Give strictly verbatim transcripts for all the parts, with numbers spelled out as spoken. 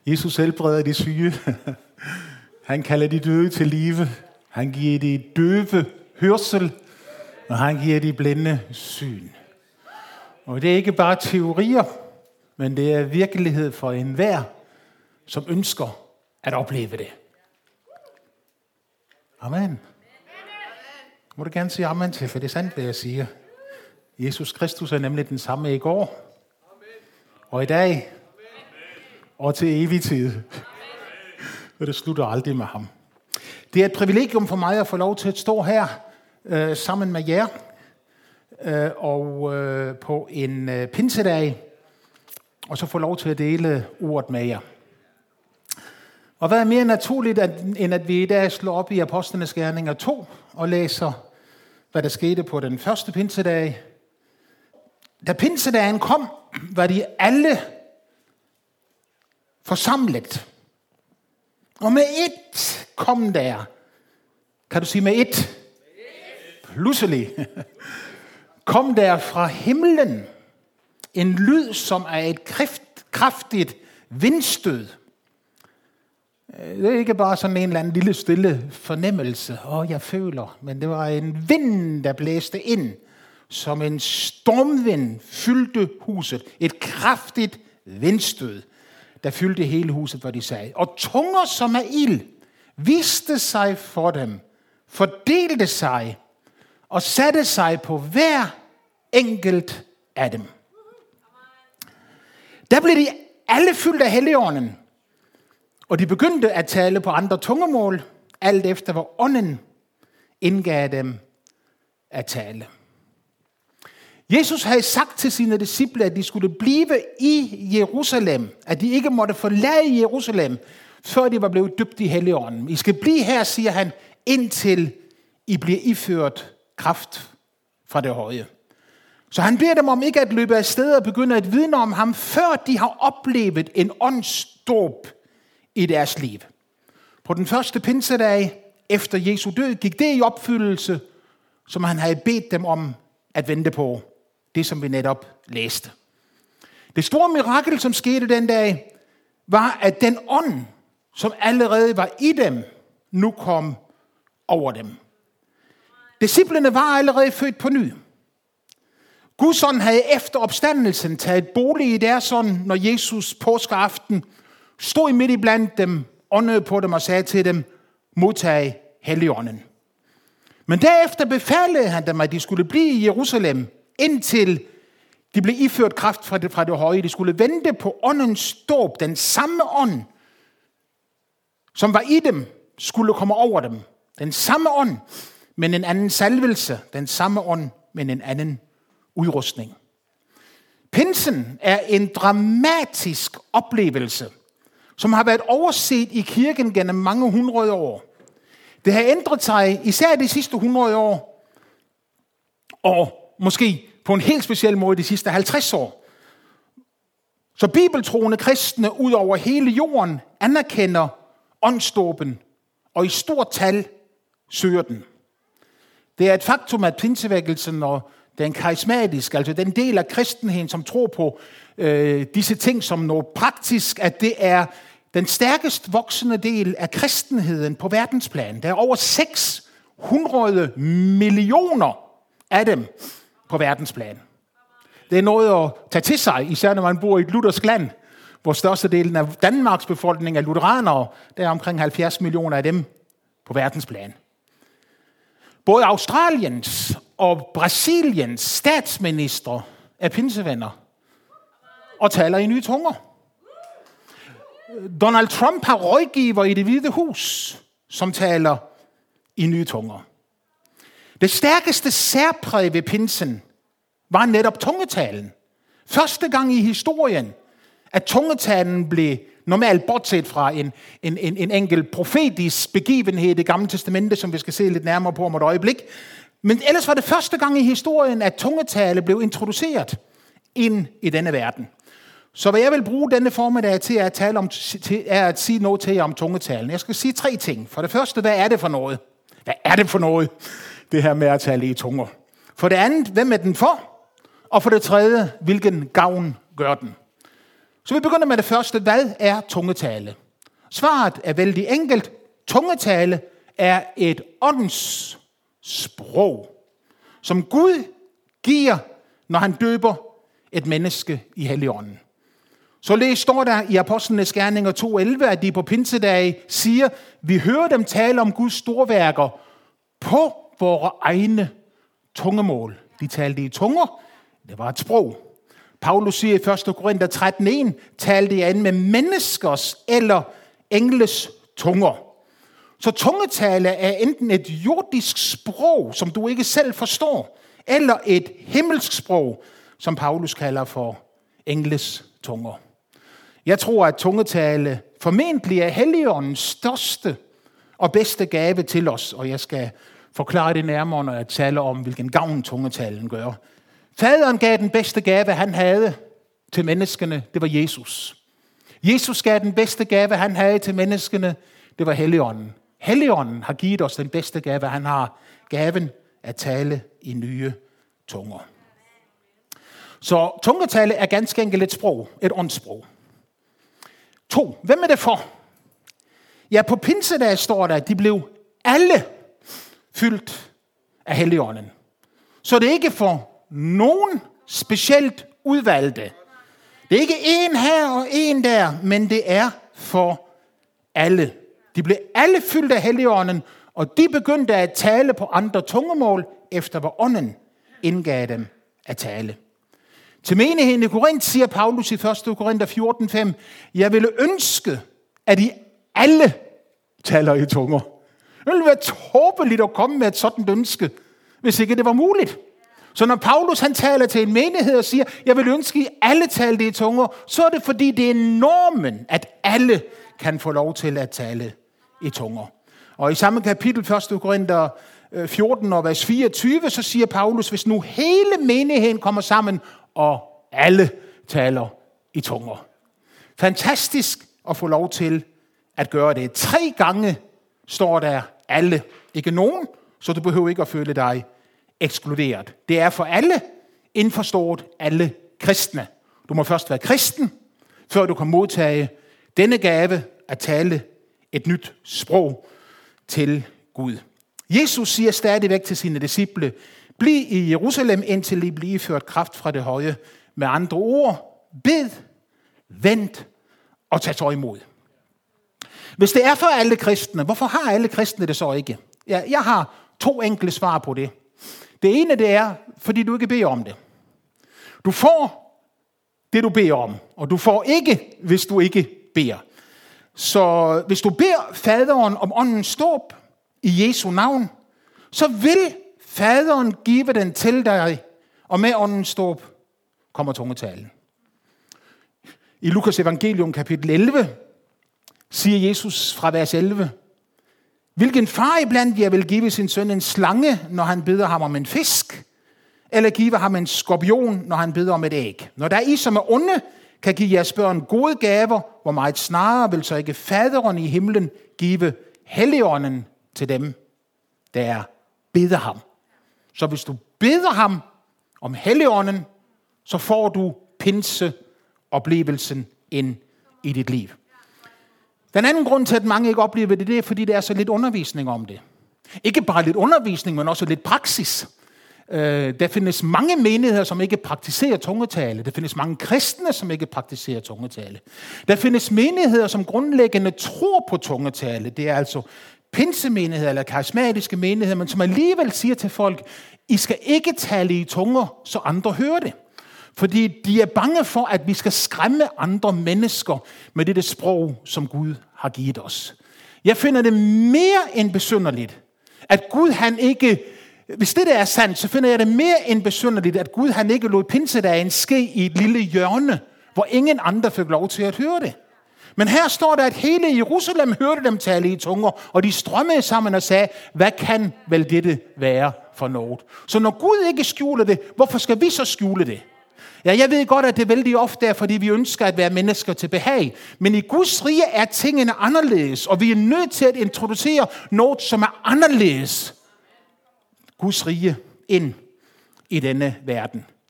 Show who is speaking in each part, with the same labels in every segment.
Speaker 1: Jesus helbreder de syge. Han kalder de døde til live. Han giver de døve hørsel, og han giver de blinde syn. Og det er ikke bare teorier, men det er virkelighed for enhver, som ønsker at opleve det. Amen. Må du gerne sige amen til, for det er sandt, det jeg siger. Jesus Kristus er nemlig den samme i går, og i dag, og til evig tid. Og det slutter aldrig med ham. Det er et privilegium for mig at få lov til at stå her øh, sammen med jer øh, og øh, på en øh, pinsedag, og så få lov til at dele ordet med jer. Og hvad er mere naturligt, at, end at vi i dag slår op i Apostlenes Gerninger to og læser, hvad der skete på den første pinsedag. Da pinsedagen kom, var de alle forsamlet. Og med et kom der, kan du sige med et? Pludselig kom der fra himlen en lyd, som er et kraftigt vindstød. Det er ikke bare sådan en eller anden lille stille fornemmelse, åh, jeg føler, men det var en vind, der blæste ind, som en stormvind fyldte huset. Et kraftigt vindstød, der fyldte hele huset, hvor de sagde. Og tunger som af ild viste sig for dem, fordelte sig og satte sig på hver enkelt af dem. Der blev de alle fyldt af Helligånden, og de begyndte at tale på andre tungemål, alt efter hvor ånden indgav dem at tale. Jesus havde sagt til sine disciple, at de skulle blive i Jerusalem, at de ikke måtte forlade Jerusalem, før de var blevet døbt i Helligånden. I skal blive her, siger han, indtil I bliver iført kraft fra det høje. Så han beder dem om ikke at løbe afsted og begynde at vidne om ham, før de har oplevet en åndsdåb i deres liv. På den første pinsedag efter Jesu død gik det i opfyldelse, som han havde bedt dem om at vente på. Det, som vi netop læste. Det store mirakel, som skete den dag, var, at den ånd, som allerede var i dem, nu kom over dem. Disciplene var allerede født på ny. Guds ånd havde efter opstandelsen taget bolig i deres ånd, når Jesus påskeaften stod midt i blandt dem, åndede på dem og sagde til dem, modtag Helligånden. Men derefter befalede han dem, at de skulle blive i Jerusalem, indtil de blev iført kraft fra det, fra det høje. De skulle vente på åndens dåb. Den samme ånd, som var i dem, skulle komme over dem. Den samme ånd, men en anden salvelse. Den samme ånd, men en anden udrustning. Pinsen er en dramatisk oplevelse, som har været overset i kirken gennem mange hundrede år. Det har ændret sig især de sidste hundrede år, og måske på en helt speciel måde de sidste halvtreds år. Så bibeltroende kristne ud over hele jorden anerkender åndsdåben, og i stort tal søger den. Det er et faktum, at pinsevækkelsen og den karismatiske, altså den del af kristenheden, som tror på øh, disse ting som noget praktisk, at det er den stærkest voksende del af kristenheden på verdensplan. Der er over seks hundrede millioner af dem på verdensplan. Det er noget at tage til sig, især når man bor i et luthersk land, hvor størstedelen af Danmarks befolkning er lutheranere. Der er omkring halvfjerds millioner af dem på verdensplan. Både Australiens og Brasiliens statsminister er pinsevenner og taler i nye tunger. Donald Trump har rådgiver i Det Hvide Hus, som taler i nye tunger. Det stærkeste særpræg ved pinsen var netop tungetalen. Første gang i historien, at tungetalen blev normalt bortset fra en, en, en, en enkelt profetisk begivenhed i Det Gamle Testamente, som vi skal se lidt nærmere på om et øjeblik. Men ellers var det første gang i historien, at tungetale blev introduceret ind i denne verden. Så hvad jeg vil bruge denne formiddag til at tale om, til, er at sige noget til jer om tungetalen. Jeg skal sige tre ting. For det første, hvad er det for noget? Hvad er det for noget, det her med at tale i tunger? For det andet, hvem er den for? Og for det tredje, hvilken gavn gør den? Så vi begynder med det første. Hvad er tungetale? Svaret er vældig enkelt. Tungetale er et åndens sprog, som Gud giver, når han døber et menneske i Helligånden. Så læs står der i Apostlenes Gerninger to elleve, at de på pinsedage siger, vi hører dem tale om Guds storværker på vores egne tungemål. De talte i tunger. Det var et sprog. Paulus siger i første Korinther tretten en, talte de an med menneskers eller engles tunger. Så tungetale er enten et jordisk sprog, som du ikke selv forstår, eller et himmelsk sprog, som Paulus kalder for engles tunger. Jeg tror, at tungetale formentlig er Helligåndens største og bedste gave til os, og jeg skal forklare det nærmere, når jeg taler om, hvilken gavn tungetalen gør. Faderen gav den bedste gave, han havde til menneskene, det var Jesus. Jesus gav den bedste gave, han havde til menneskene, det var Helligånden. Helligånden har givet os den bedste gave, han har, gaven at tale i nye tunger. Så tungetale er ganske enkelt et sprog, et åndssprog. To, hvem er det for? Ja, på pinsedag står der, at de blev alle fyldt af Helligånden. Så det er ikke for nogen specielt udvalgte. Det er ikke en her og en der, men det er for alle. De blev alle fyldt af Helligånden, og de begyndte at tale på andre tungemål, efter hvad ånden indgav dem at tale. Til menigheden i Korinth siger Paulus i første Korinther fjorten fem, jeg ville ønske, at I alle taler i tunger. Det ville være tåbeligt at komme med et sådan ønske, hvis ikke det var muligt. Så når Paulus han taler til en menighed og siger, jeg vil ønske, at I alle taler i tunger, så er det fordi, det er normen, at alle kan få lov til at tale i tunger. Og i samme kapitel, første Korinther fjorten og vers fireogtyve, så siger Paulus, hvis nu hele menigheden kommer sammen, og alle taler i tunger. Fantastisk at få lov til at gøre det. Tre gange står der alle. Ikke nogen, så du behøver ikke at føle dig ekskluderet. Det er for alle, indforstået alle kristne. Du må først være kristen, før du kan modtage denne gave at tale et nyt sprog til Gud. Jesus siger stadigvæk til sine disciple, bliv i Jerusalem, indtil I bliver ført kraft fra det høje. Med andre ord, bed, vent og tag så imod. Hvis det er for alle kristne, hvorfor har alle kristne det så ikke? Ja, jeg har to enkle svar på det. Det ene det er, fordi du ikke beder om det. Du får det, du beder om, og du får ikke, hvis du ikke beder. Så hvis du beder faderen om åndens dåb i Jesu navn, så vil faderen give den til dig, og med åndens dåb kommer tungetalen. I Lukas evangelium kapitel elleve siger Jesus fra vers elleve, hvilken far iblandt jer vil give sin søn en slange, når han beder ham om en fisk, eller give ham en skorpion, når han beder om et æg? Når der er I, som er onde, kan give jeres børn gode gaver, hvor meget snarere vil så ikke faderen i himlen give Helligånden til dem, der beder ham. Så hvis du beder ham om Helligånden, så får du pinseoplevelsen ind i dit liv. Den anden grund til, at mange ikke oplever det, det er, fordi der er så lidt undervisning om det. Ikke bare lidt undervisning, men også lidt praksis. Øh, der findes mange menigheder, som ikke praktiserer tungetale. Der findes mange kristne, som ikke praktiserer tungetale. Der findes menigheder, som grundlæggende tror på tungetale. Det er altså pinsemenigheder eller karismatiske menigheder, men som alligevel siger til folk, I skal ikke tale i tunger, så andre hører det. Fordi de er bange for, at vi skal skræmme andre mennesker med dette sprog, som Gud har givet os. Jeg finder det mere end besynderligt, at Gud han ikke, hvis det der er sandt, så finder jeg det mere end besynderligt, at Gud han ikke lod pinsedagen ske i et lille hjørne, hvor ingen andre fik lov til at høre det. Men her står der, at hele Jerusalem hørte dem tale i tunger, og de strømmede sammen og sagde, hvad kan vel dette være for noget? Så når Gud ikke skjuler det, hvorfor skal vi så skjule det? Ja, jeg ved godt, at det vældig ofte er, fordi vi ønsker at være mennesker til behag. Men i Guds rige er tingene anderledes, og vi er nødt til at introducere noget, som er anderledes. Guds rige ind i denne verden.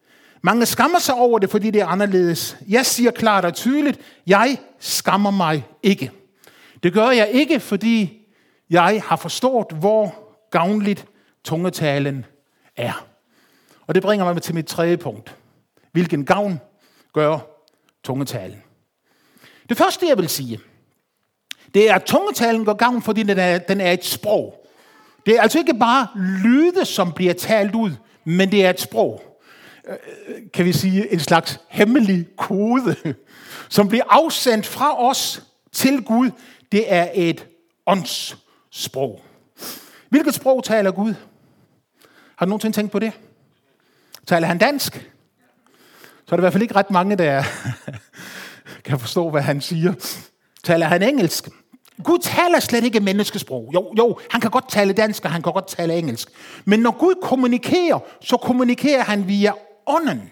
Speaker 1: Mange skammer sig over det, fordi det er anderledes. Jeg siger klart og tydeligt, jeg skammer mig ikke. Det gør jeg ikke, fordi jeg har forstået, hvor gavnligt tungetalen er. Og det bringer mig til mit tredje punkt. Hvilken gavn gør tungetalen? Det første, jeg vil sige, det er, at tungetalen gør gavn, fordi den er, den er et sprog. Det er altså ikke bare lyde, som bliver talt ud, men det er et sprog. Kan vi sige en slags hemmelig kode, som bliver afsendt fra os til Gud. Det er et åndssprog. Hvilket sprog taler Gud? Har du nogensinde tænkt på det? Taler han dansk? Så er det i hvert fald ikke ret mange, der kan forstå, hvad han siger. Taler han engelsk? Gud taler slet ikke menneskesprog. Jo, jo, han kan godt tale dansk, og han kan godt tale engelsk. Men når Gud kommunikerer, så kommunikerer han via ånden.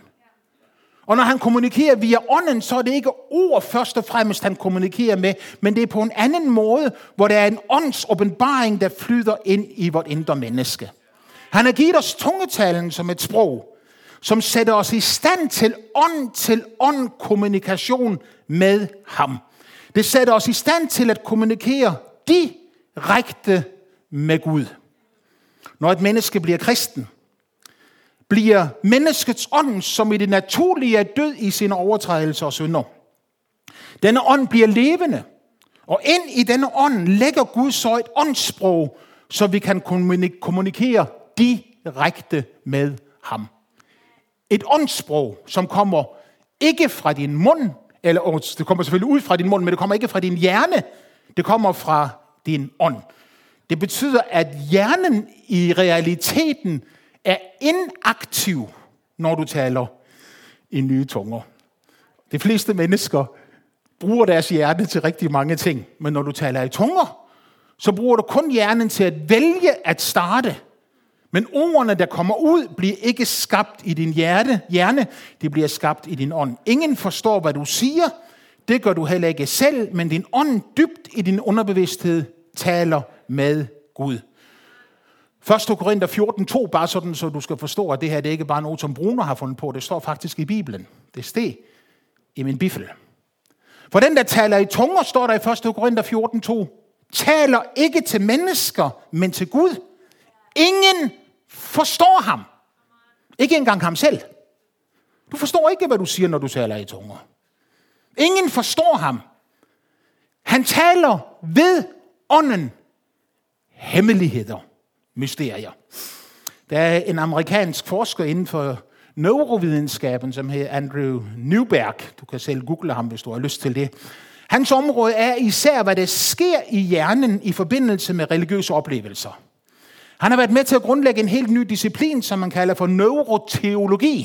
Speaker 1: Og når han kommunikerer via ånden, så er det ikke ord først og fremmest, han kommunikerer med, men det er på en anden måde, hvor der er en åndsåbenbaring, der flyder ind i vort indre menneske. Han har givet os tungetalen som et sprog, som sætter os i stand til ånd-til-ånd kommunikation med ham. Det sætter os i stand til at kommunikere direkte med Gud. Når et menneske bliver kristen, bliver menneskets ånd, som i det naturlige er død i sine overtrædelser og synder. Denne ånd bliver levende, og ind i denne ånd lægger Gud så et åndssprog, så vi kan kommunikere direkte med ham. Et åndssprog, som kommer ikke fra din mund, eller det kommer selvfølgelig ud fra din mund, men det kommer ikke fra din hjerne, det kommer fra din ånd. Det betyder, at hjernen i realiteten er inaktiv, når du taler i nye tunger. De fleste mennesker bruger deres hjerne til rigtig mange ting, men når du taler i tunger, så bruger du kun hjernen til at vælge at starte. Men ordene, der kommer ud, bliver ikke skabt i din hjerte, hjerne, de bliver skabt i din ånd. Ingen forstår, hvad du siger, det gør du heller ikke selv, men din ånd dybt i din underbevidsthed taler med Gud. første Korinther fjorten to, bare sådan, så du skal forstå, at det her det er ikke bare noget, som Bruno har fundet på. Det står faktisk i Bibelen. Det steg i min bifel. For den, der taler i tunger, står der i første Korinther fjorten to, taler ikke til mennesker, men til Gud. Ingen forstår ham. Ikke engang ham selv. Du forstår ikke, hvad du siger, når du taler i tunger. Ingen forstår ham. Han taler ved ånden. Hemmeligheder. Mysterier. Der er en amerikansk forsker inden for neurovidenskaben, som hedder Andrew Newberg. Du kan selv google ham, hvis du har lyst til det. Hans område er især, hvad der sker i hjernen i forbindelse med religiøse oplevelser. Han har været med til at grundlægge en helt ny disciplin, som man kalder for neuroteologi,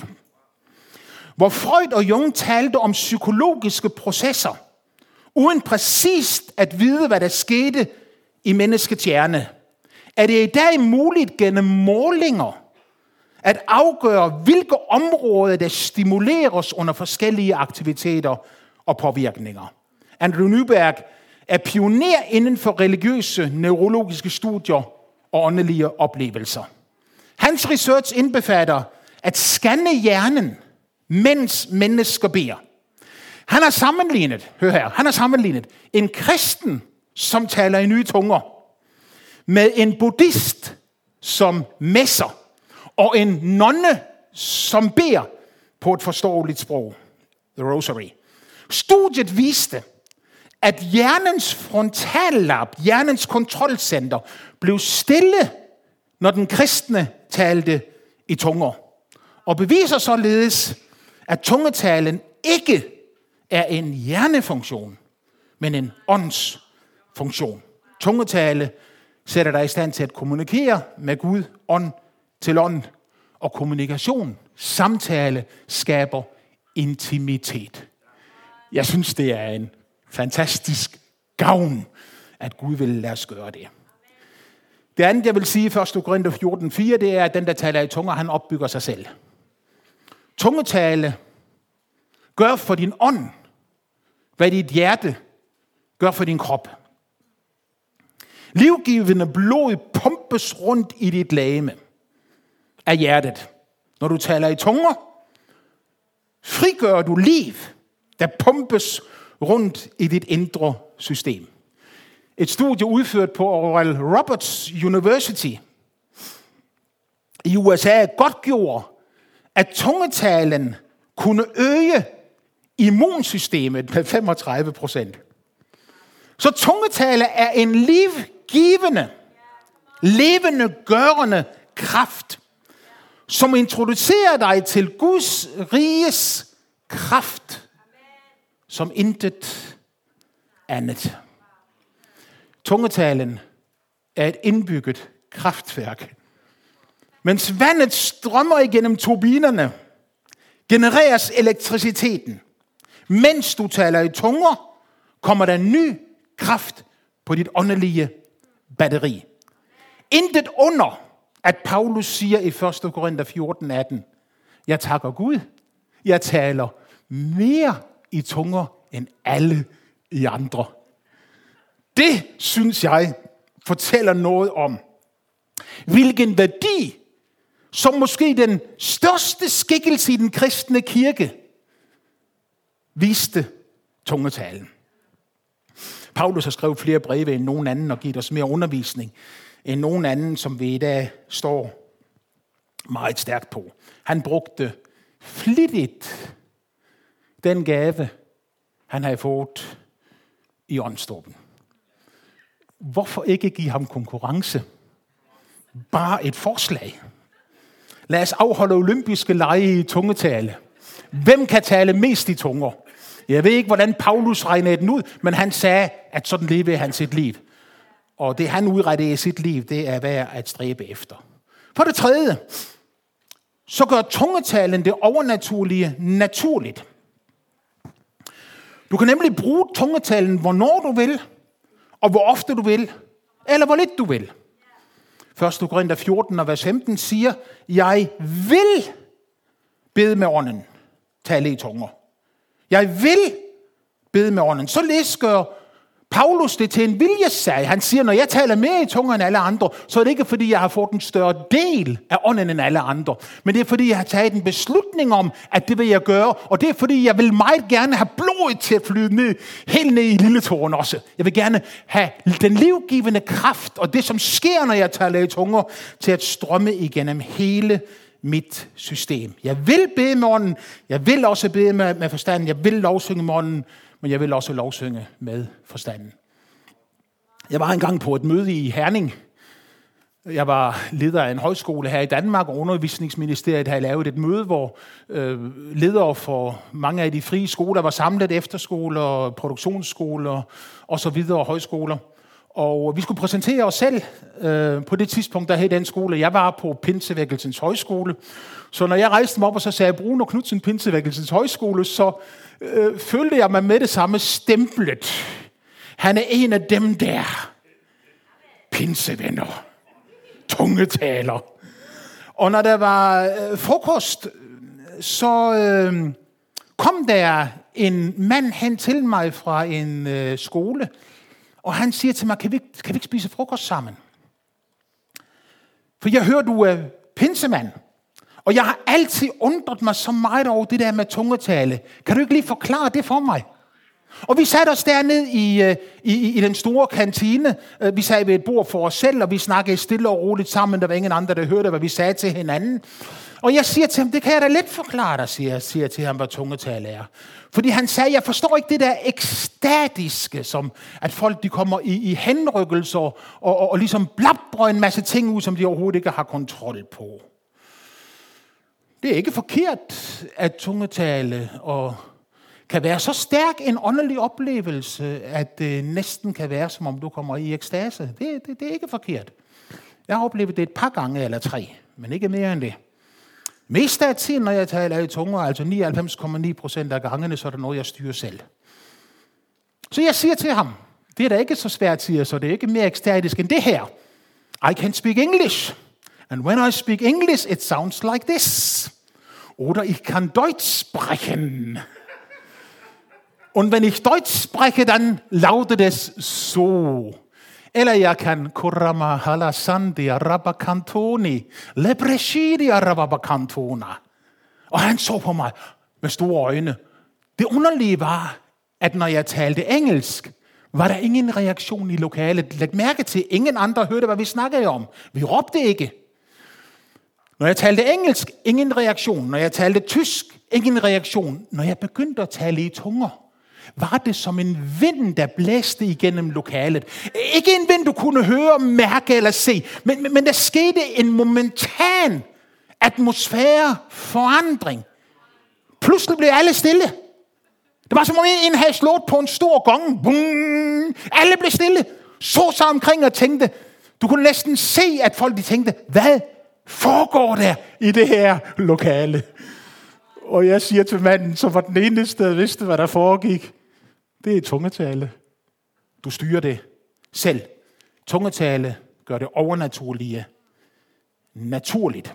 Speaker 1: hvor Freud og Jung talte om psykologiske processer, uden præcist at vide, hvad der skete i menneskets hjerne. Er det i dag muligt gennem målinger at afgøre, hvilke områder, der stimuleres under forskellige aktiviteter og påvirkninger? Andrew Newberg er pioner inden for religiøse neurologiske studier og åndelige oplevelser. Hans research indbefatter at scanne hjernen, mens mennesker beder. Han har sammenlignet, hør her, han har sammenlignet en kristen, som taler i nye tunger, med en buddhist, som messer, og en nonne, som beder på et forståeligt sprog, the rosary. Studiet viste, at hjernens frontallap, hjernens kontrolcenter, blev stille, når den kristne talte i tunger. Og beviser således, at tungetalen ikke er en hjernefunktion, men en åndsfunktion. Tungetale sætter dig i stand til at kommunikere med Gud, ånd til ånd, og kommunikation, samtale, skaber intimitet. Jeg synes, det er en fantastisk gavn, at Gud vil lade os gøre det. Det andet, jeg vil sige i første Korinther fjorten fire, det er, at den, der taler i tunger, han opbygger sig selv. Tungetale gør for din ånd, hvad dit hjerte gør for din krop. Livgivende blod pumpes rundt i dit legeme af hjertet. Når du taler i tunger, frigør du liv, der pumpes rundt i dit indre system. Et studie udført på Oral Roberts University i U S A godtgjorde, at tungetalen kunne øge immunsystemet med femogtredive procent. Så tungetale er en livgivende, levende, gørende kraft, som introducerer dig til Guds riges kraft, som intet andet. Tungetalen er et indbygget kraftværk. Mens vandet strømmer igennem turbinerne, genereres elektriciteten. Mens du taler i tunger, kommer der ny kraft på dit åndelige batteri. Intet under, at Paulus siger i første Korinther fjorten atten, jeg takker Gud, jeg taler mere i tunger end alle i andre. Det, synes jeg, fortæller noget om, hvilken værdi, som måske den største skikkelse i den kristne kirke, viste tungetalen. Paulus har skrevet flere breve end nogen anden og givet os mere undervisning end nogen anden, som vi i dag står meget stærkt på. Han brugte flittigt den gave, han havde fået i åndsdåben. Hvorfor ikke give ham konkurrence? Bare et forslag. Lad os afholde olympiske lege i tungetale. Hvem kan tale mest i tunger? Jeg ved ikke, hvordan Paulus regnede den ud, men han sagde, at sådan levede han sit liv. Og det, han udrettede i sit liv, det er værd at stræbe efter. For det tredje, så gør tungetalen det overnaturlige naturligt. Du kan nemlig bruge tungetalen, hvornår du vil, og hvor ofte du vil, eller hvor lidt du vil. første Korinther fjorten og vers femten siger, jeg vil bede med ånden, tale i tunger. Jeg vil bede med ånden. Således gør Paulus det til en viljesag. Han siger, når jeg taler mere i tunger end alle andre, så er det ikke, fordi jeg har fået en større del af ånden end alle andre. Men det er, fordi jeg har taget en beslutning om, at det vil jeg gøre. Og det er, fordi jeg vil meget gerne have blodet til at flyde ned, helt ned i lille tåren også. Jeg vil gerne have den livgivende kraft, og det, som sker, når jeg taler i tunger, til at strømme igennem hele mit system. Jeg vil bede med ånden. Jeg vil også bede med, med forstanden. Jeg vil lovsynge med ånden. Men jeg vil også lovsynge med forstanden. Jeg var engang på et møde i Herning. Jeg var leder af en højskole her i Danmark, og undervisningsministeriet havde lavet et møde, hvor øh, ledere for mange af de frie skoler var samlet, efterskoler, produktionsskoler og så videre, højskoler. Og vi skulle præsentere os selv øh, på det tidspunkt, der hed den skole. Jeg var på Pinsevækkelsens Højskole. Så når jeg rejste mig op og så sagde Bruno Knudsen Pinsevækkelsens Højskole, så øh, følte jeg mig med det samme stemplet. Han er en af dem der. Pinsevenner. Tungetaler. Og når der var øh, frokost, så øh, kom der en mand hen til mig fra en øh, skole, og han siger til mig, kan vi, kan vi ikke spise frokost sammen? For jeg hører, du er pinsemand. Og jeg har altid undret mig så meget over det der med tungetale. Kan du ikke lige forklare det for mig? Og vi satte os dernede i, i, i den store kantine. Vi sad ved et bord for os selv, og vi snakkede stille og roligt sammen. Der var ingen andre, der hørte, hvad vi sagde til hinanden. Og jeg siger til ham, det kan jeg da let forklare dig, siger jeg siger til ham, hvad tungetale er. Fordi han sagde, jeg forstår ikke det der ekstatiske, som at folk de kommer i, i henrykkelser og, og, og ligesom blabrer en masse ting ud, som de overhovedet ikke har kontrol på. Det er ikke forkert, at tungetale og kan være så stærk en åndelig oplevelse, at det næsten kan være, som om du kommer i ekstase. Det, det, det er ikke forkert. Jeg har oplevet det et par gange eller tre, men ikke mere end det. Mest af tiden, når jeg taler i tunger, altså nioghalvfems komma ni procent af gangene, så er det noget, jeg styrer selv. Så jeg siger til ham, det er da ikke så svært, siger jeg, så det er ikke mere ekstatisk end det her. I can speak English. And when I speak English, it sounds like this. Oder ich kann Deutsch sprechen. Und wenn ich Deutsch spreche, dann lautet es so. Eller jeg kan Kurama Halasandi Arabakantoni. Lebreshidi Arabakantona. Og han så på mig. med store øjne. Det underlige var, at når jeg talte engelsk, var der ingen reaktion i lokalet. Læg mærke til, ingen andre hørte, hvad vi snakkede om. Vi råbte ikke. Når jeg talte engelsk, ingen reaktion. Når jeg talte tysk, ingen reaktion. Når jeg begyndte at tale i tunger, var det som en vind, der blæste igennem lokalet. Ikke en vind, du kunne høre, mærke eller se, men, men, men der skete en momentan atmosfæreforandring. Pludselig blev alle stille. Det var som om en havde slået på en stor gong. Boom! Alle blev stille. Så sig omkring og tænkte, du kunne næsten se, at folk de tænkte, hvad foregår der i det her lokale? Og jeg siger til manden, som var den eneste, der vidste, hvad der foregik, det er tungetale. Du styrer det selv. Tungetale gør det overnaturlige naturligt.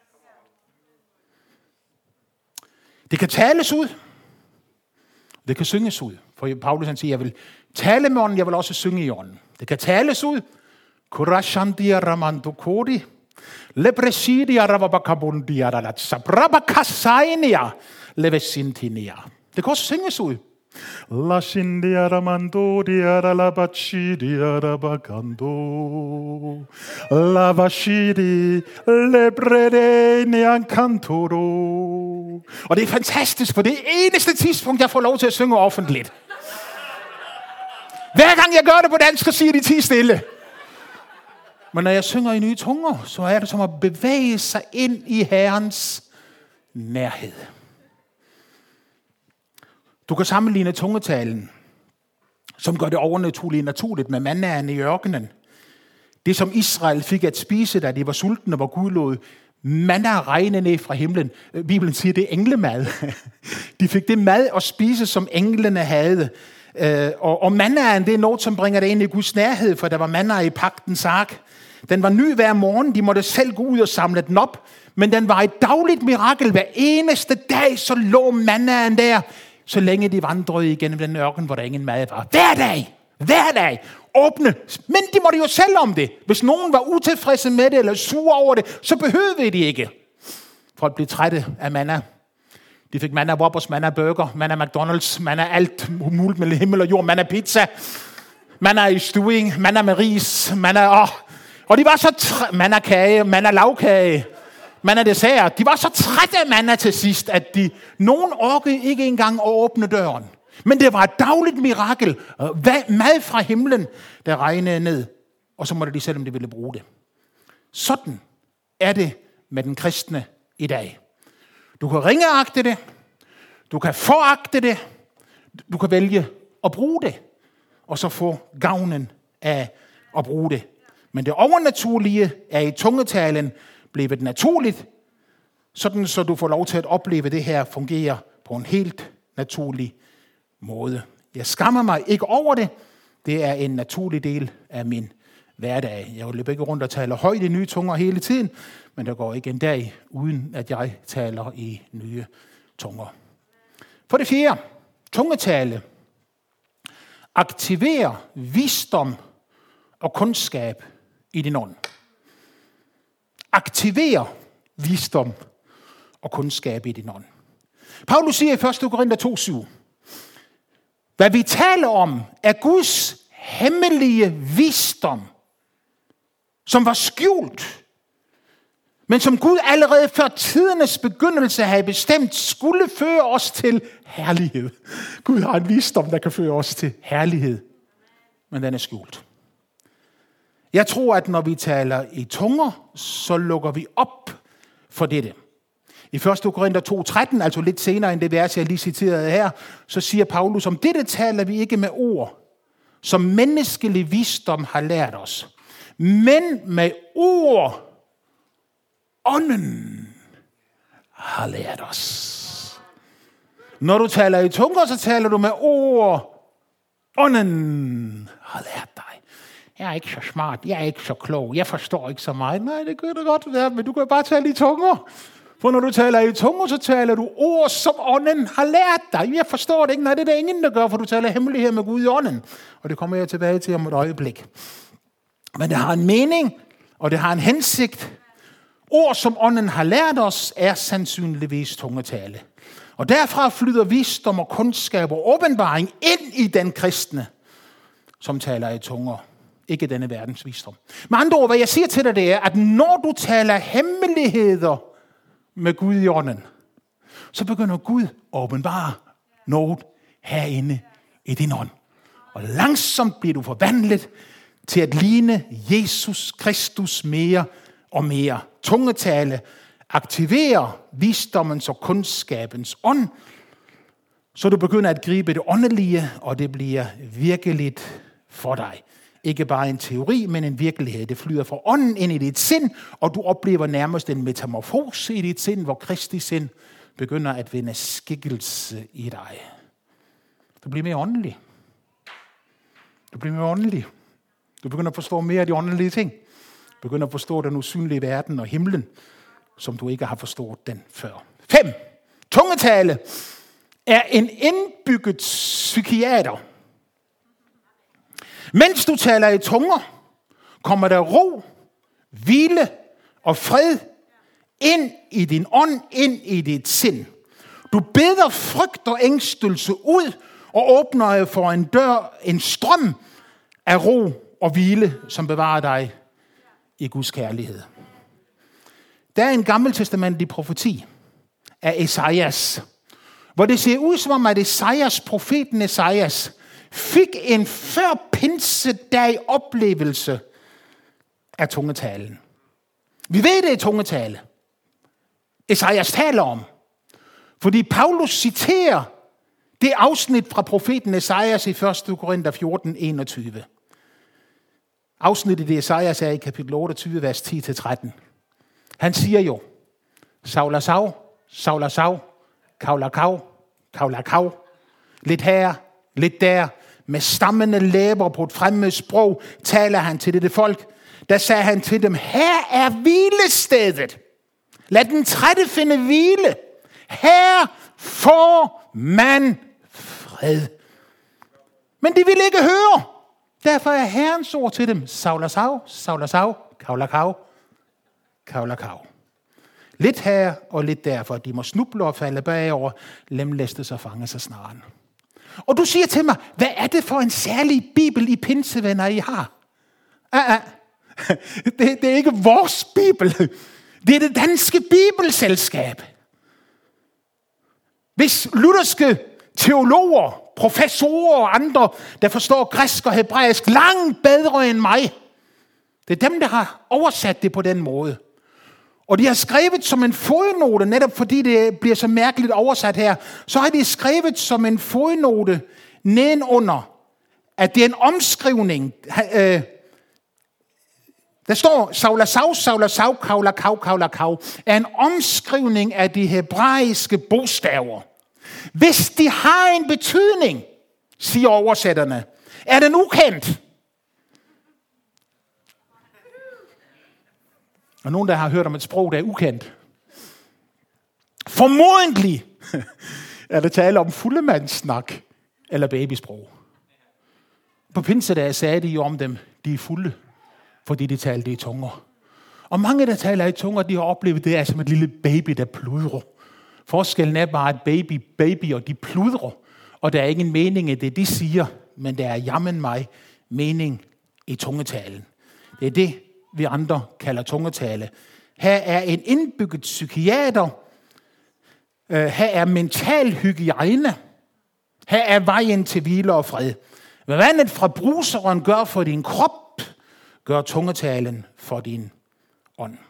Speaker 1: Det kan tales ud. Det kan synges ud. For Paulus han siger, jeg vil tale med ånden, jeg vil også synge i ånden. Det kan tales ud. Kurashandia ramando kodi. Lebresidia rababakabundia ralatsa. Brabakasainia levesintinia. Det kan også synges ud. La shindia ramando dia ralabachidia rabakando. La vashidi lebrede neancantoro. Og det er fantastisk, for det er eneste tidspunkt, jeg får lov til at synge offentligt. Hver gang jeg gør det på dansk, så siger de ti stille. Men når jeg synger i nye tunger, så er det som at bevæge sig ind i Herrens nærhed. Du kan sammenligne tungetalen, som gør det overnaturlige naturligt, med mannaen i ørkenen. Det, som Israel fik at spise, da de var sultne, hvor Gud lod manna regne ned fra himlen. Bibelen siger, det er englemad. De fik det mad at spise, som englene havde. Og, og mannaen, det er noget, som bringer det ind i Guds nærhed, for der var manna i pagtens ark. Den var ny hver morgen, de måtte selv gå ud og samle den op, men den var et dagligt mirakel. Hver eneste dag, så lå mannaen der, så længe de vandrede igennem den ørken, hvor der ingen mad var. Hver dag, hver dag, åbne. Men de måtte jo selv om det. Hvis nogen var utilfredse med det, eller sure over det, så behøvede de ikke. Folk blev trætte af manna. De fik manna Whoppers, manna burger, manna McDonald's, manna alt muligt med himmel og jord, manna pizza, manna i stuing, manna med ris, manna, åh. Og de var så træ- manna kage, manna lavkage, manna dessert. De var så trætte af manna til sidst, at de, nogen orkede ikke engang at åbne døren. Men det var et dagligt mirakel. Mad fra himlen, der regnede ned. Og så måtte de selv, om de ville bruge det. Sådan er det med den kristne i dag. Du kan ringeagte det. Du kan foragte det. Du kan vælge at bruge det. Og så få gavnen af at bruge det. Men det overnaturlige er i tungetalen blevet naturligt. Sådan så du får lov til at opleve det her fungere på en helt naturlig måde. Jeg skammer mig ikke over det. Det er en naturlig del af min hverdag. Jeg løber ikke rundt og taler højt i nye tunger hele tiden, men der går ikke en dag, uden at jeg taler i nye tunger. For det fjerde, tungetale aktiverer visdom og kundskab i din ånd. Aktiverer visdom og kundskab i din ånd. Paulus siger i første Korinther to syv, hvad vi taler om er Guds hemmelige visdom, som var skjult, men som Gud allerede før tidernes begyndelse havde bestemt, skulle føre os til herlighed. Gud har en visdom, der kan føre os til herlighed, men den er skjult. Jeg tror, at når vi taler i tunger, så lukker vi op for dette. I første Korinther to tretten, altså lidt senere end det vers, jeg lige citerede her, så siger Paulus, om dette taler vi ikke med ord, som menneskelig visdom har lært os, men med ord, ånden har lært os. Når du taler i tunger, så taler du med ord, ånden har lært dig. Jeg er ikke så smart, jeg er ikke så klog, jeg forstår ikke så meget. Nej, det kan da godt være, men du kan bare tale i tunger. For når du taler i tunger, så taler du ord, som ånden har lært dig. Jeg forstår det ikke. Nej, det er der ingen, der gør, for du taler hemmelighed med Gud i ånden. Og det kommer jeg tilbage til om et øjeblik. Men det har en mening, og det har en hensigt. Ord, som ånden har lært os, er sandsynligvis tungetale. Og derfra flyder visdom og kundskab og åbenbaring ind i den kristne, som taler i tunger. Ikke denne verdens visdom. Med andre ord, hvad jeg siger til dig, det er, at når du taler hemmeligheder med Gud i ånden, så begynder Gud at åbenbare noget herinde i din ånd. Og langsomt bliver du forvandlet til at ligne Jesus Kristus mere og mere. Tungetale aktiverer visdommens og kundskabens ånd, så du begynder at gribe det åndelige, og det bliver virkeligt for dig. Ikke bare en teori, men en virkelighed. Det flyder fra ånden ind i dit sind, og du oplever nærmest en metamorfose i dit sind, hvor Kristi sind begynder at vinde skikkelse i dig. Du bliver mere åndelig. Du bliver mere åndelig. Du begynder at forstå mere af de åndelige ting. Du begynder at forstå den usynlige verden og himlen, som du ikke har forstået den før. fem. Tungetale er en indbygget psykiater. Mens du taler i tunger, kommer der ro, hvile og fred ind i din ånd, ind i dit sind. Du beder frygt og ængstelse ud og åbner for en dør, en strøm af ro og hvile, som bevarer dig i Guds kærlighed. Der er en gammeltestamentlig profeti af Esajas, hvor det ser ud som om, at Esajas, profeten Esajas, fik en før pinsedag oplevelse af tungetalen. Vi ved, det er tungetale. Esajas taler om. Fordi Paulus citerer det afsnit fra profeten Esajas i første Korinther fjorten enogtyve. Afsnittet i Esajas er i kapitel otteogtyve, vers ti til tretten. Han siger jo, Saul Saul, Saul Saul, Kaula Kav, Kaula Kav, lidt her, lidt der, med stammende læber på et fremmed sprog, taler han til dette folk. Der sagde han til dem, her er hvilestedet. Lad den trætte finde hvile. Her får man fred. Men de ville ikke høre. Derfor er Herrens ord til dem, Saul Saul, Saul Saul, Kaula Kav, Kaula Kav. Lidt her og lidt der, for de må snuble og falde bagover, lemlæstes og fange sig snaren. Og du siger til mig, hvad er det for en særlig bibel, I pinsevenner, I har? Ah, ah. Det, det er ikke vores bibel. Det er det danske bibelselskab. Hvis lutherske teologer, professorer og andre, der forstår græsk og hebraisk langt bedre end mig, det er dem, der har oversat det på den måde. Og de har skrevet som en fodnote, netop fordi det bliver så mærkeligt oversat her, så har de skrevet som en fodnote nedenunder, at det er en omskrivning. Øh, der står, Saul Saul, Saul Saul, Kaula Kav, Kaula Kav, er en omskrivning af de hebraiske bogstaver. Hvis de har en betydning, siger oversætterne, er den ukendt. Og nogen, der har hørt om et sprog, der er ukendt. Formodentlig er der tale om fuldemandssnak eller babysprog. På pinsedag sagde de jo om dem, de er fulde, fordi de talte i tunger. Og mange, der taler i tunger, de har oplevet det er som et lille baby, der pludrer. Forskellen er bare, at baby, baby og de pludrer, og der er ingen mening i det, de siger, men der er jammen mig mening i tungetalen. Det er det, vi andre kalder tungetale. Her er en indbygget psykiater. Her er mental hygiejne. Her er vejen til hvile og fred. Hvad vandet fra bruseren gør for din krop, gør tungetalen for din ånd.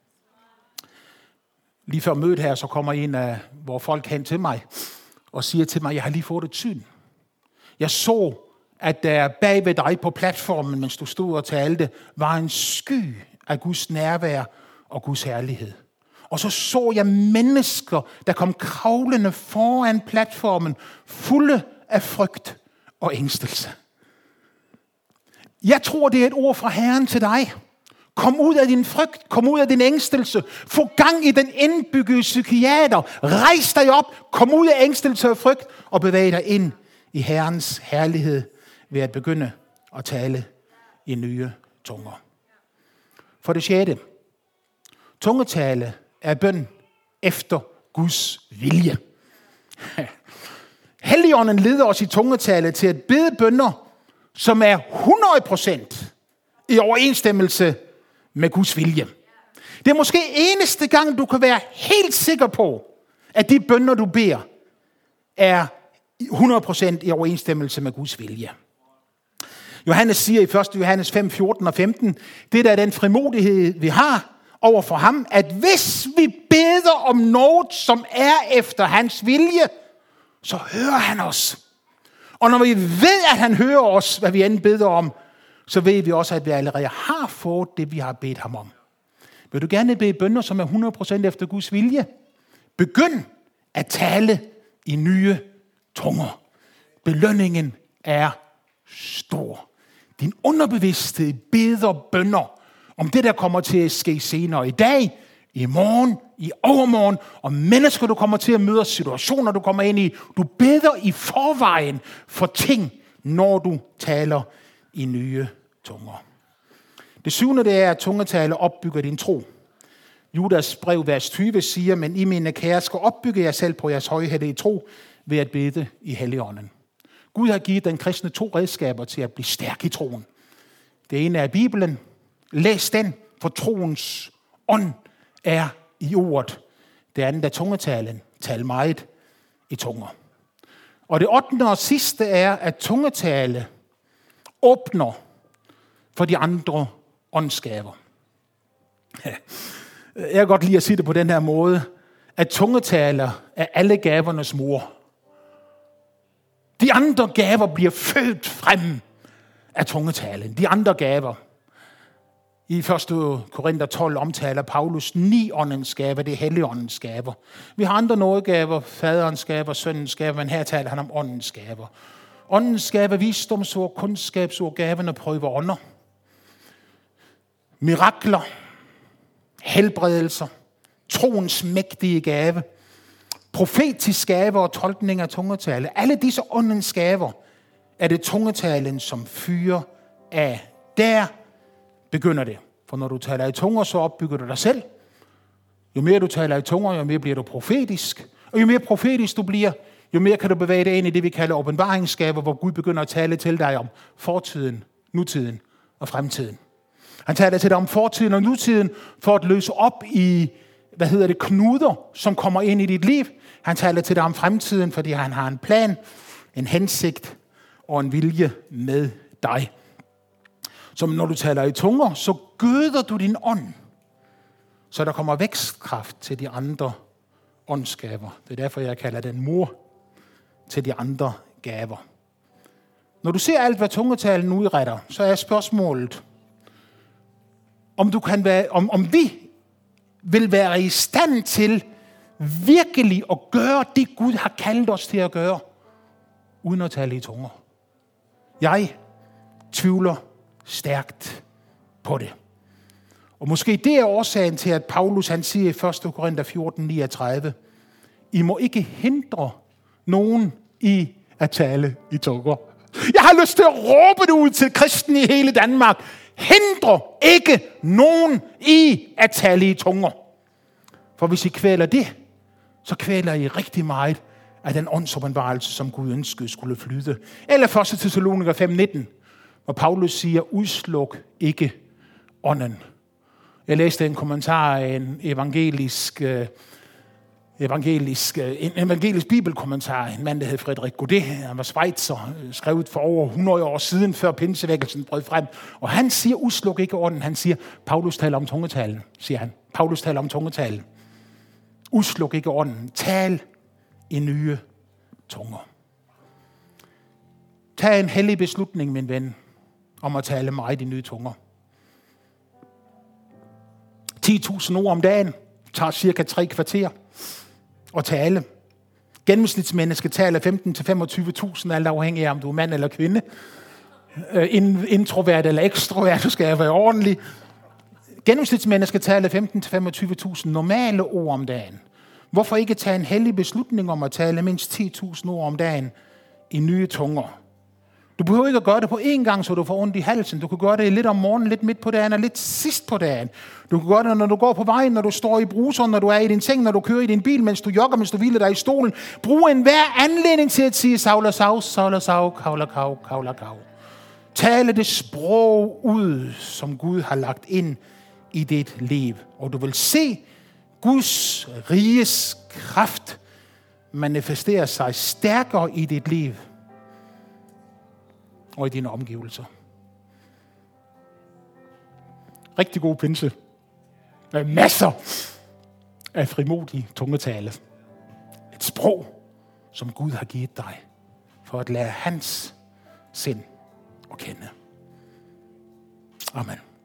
Speaker 1: Lige før mødet her, så kommer en af vores folk hen til mig og siger til mig, jeg har lige fået et syn. Jeg så, at der bag ved dig på platformen, mens du stod og talte, var en sky af Guds nærvær og Guds herlighed. Og så så jeg mennesker, der kom kravlende foran platformen, fulde af frygt og ængstelse. Jeg tror, det er et ord fra Herren til dig. Kom ud af din frygt, kom ud af din ængstelse, få gang i den indbyggede psykiater, rejs dig op, kom ud af ængstelse og frygt, og bevæg dig ind i Herrens herlighed ved at begynde at tale i nye tunger. For det sjette, tungetale er bøn efter Guds vilje. Helligånden leder os i tungetale til at bede bønner, som er hundrede procent i overensstemmelse med Guds vilje. Det er måske eneste gang, du kan være helt sikker på, at de bønner, du beder, er hundrede procent i overensstemmelse med Guds vilje. Johannes siger i første Johannes fem, fjorten og femten, det der er den frimodighed, vi har over for ham, at hvis vi beder om noget, som er efter hans vilje, så hører han os. Og når vi ved, at han hører os, hvad vi end beder om, så ved vi også, at vi allerede har fået det, vi har bedt ham om. Vil du gerne bede bønner, som er hundrede procent efter Guds vilje? Begynd at tale i nye tunger. Belønningen er stor. Din underbevidsthed beder bønner om det, der kommer til at ske senere i dag, i morgen, i overmorgen, og mennesker, du kommer til at møde, situationer, du kommer ind i. Du beder i forvejen for ting, når du taler i nye tunger. Det syvende, det er, at tungetale opbygger din tro. Judas brev, vers tyve, siger, men I mine kære skal opbygge jer selv på jeres højhældede tro ved at bede i Helligånden. Gud har givet den kristne to redskaber til at blive stærk i troen. Det ene er Bibelen. Læs den, for troens ånd er i ordet. Det andet er tungetalen. Tal meget i tunger. Og det ottende og sidste er, at tungetale åbner for de andre åndsgaver. Jeg kan godt lide at sige det på den her måde, at tungetaler er alle gavernes mor. De andre gaver bliver født frem af tungetalen. De andre gaver. I første Korinther tolv omtaler Paulus ni åndens gaver, det er Helligåndens gaver. Vi har andre nådegaver, faderens gaver, søndens gaver, men her taler han om åndens gaver. Åndens gaver, visdomsord, kundskabsord, gaverne prøver ånder. Mirakler, helbredelser, troens mægtige gave, profetisk gave og tolkning af tungetale. Alle disse åndens gaver er det tungetalen, som fyrer af. Der begynder det. For når du taler i tunger, så opbygger du dig selv. Jo mere du taler i tunger, jo mere bliver du profetisk. Og jo mere profetisk du bliver, jo mere kan du bevæge dig ind i det, vi kalder åbenbaringsgaver, hvor Gud begynder at tale til dig om fortiden, nutiden og fremtiden. Han taler til dig om fortiden og nutiden for at løse op i, hvad hedder det, knuder, som kommer ind i dit liv. Han taler til dig om fremtiden, fordi han har en plan, en hensigt og en vilje med dig. Så når du taler i tunger, så gøder du din ånd, så der kommer vækstkraft til de andre åndsgaver. Det er derfor, jeg kalder den mor til de andre gaver. Når du ser alt, hvad tungetalen udretter, så er spørgsmålet, om, du kan være, om, om vi vil være i stand til virkelig at gøre det, Gud har kaldt os til at gøre, uden at tale i tunger. Jeg tvivler stærkt på det. Og måske det er årsagen til, at Paulus han siger i første Korinther fjorten, niogtredive, I må ikke hindre nogen i at tale i tunger. Jeg har lyst til at råbe det ud til kristne i hele Danmark. Hindre ikke nogen i at tale i tunger. For hvis I kvæler det, så kvæler I rigtig meget af den åndsåbenbarelse, som Gud ønskede skulle flyde. Eller første Thessaloniker fem, nitten, hvor Paulus siger, udsluk ikke ånden. Jeg læste en kommentar af en evangelisk, øh, evangelisk, øh, en evangelisk bibelkommentar, en mand, der hed Frederik Godet. Han var schweizer, skrevet for over hundrede år siden, før pinsevækkelsen brød frem. Og han siger, udsluk ikke ånden. Han siger, Paulus taler om tungetalen, siger han. Paulus taler om tungetalen. Udsluk ikke ånden. Tal i nye tunger. Tag en hellig beslutning, min ven, om at tale meget i nye tunger. ti tusind ord om dagen tager cirka tre kvarter at tale. Gennemsnitsmenneske taler femten til femogtyve tusind, alt afhængig af, om du er mand eller kvinde. Introvert eller ekstrovert, du skal være ordentlig. Gennemsnitsmenneske taler femten til femogtyve tusind normale ord om dagen. Hvorfor ikke tage en hellig beslutning om at tale mindst ti tusind ord om dagen i nye tunger? Du behøver ikke at gøre det på én gang, så du får ondt i halsen. Du kan gøre det lidt om morgenen, lidt midt på dagen og lidt sidst på dagen. Du kan gøre det, når du går på vejen, når du står i bruseren, når du er i din seng, når du kører i din bil, mens du jogger, mens du hviler dig i stolen. Brug enhver anledning til at sige Saula Saus, Saula Sau, Kaula Kau, Kaula Kau. Tale det sprog ud, som Gud har lagt ind i dit liv. Og du vil se Guds riges kraft manifestere sig stærkere i dit liv og i dine omgivelser. Rigtig god pinse. Med masser af frimodig tungetale. Et sprog, som Gud har givet dig, for at lære hans sind at kende. Amen.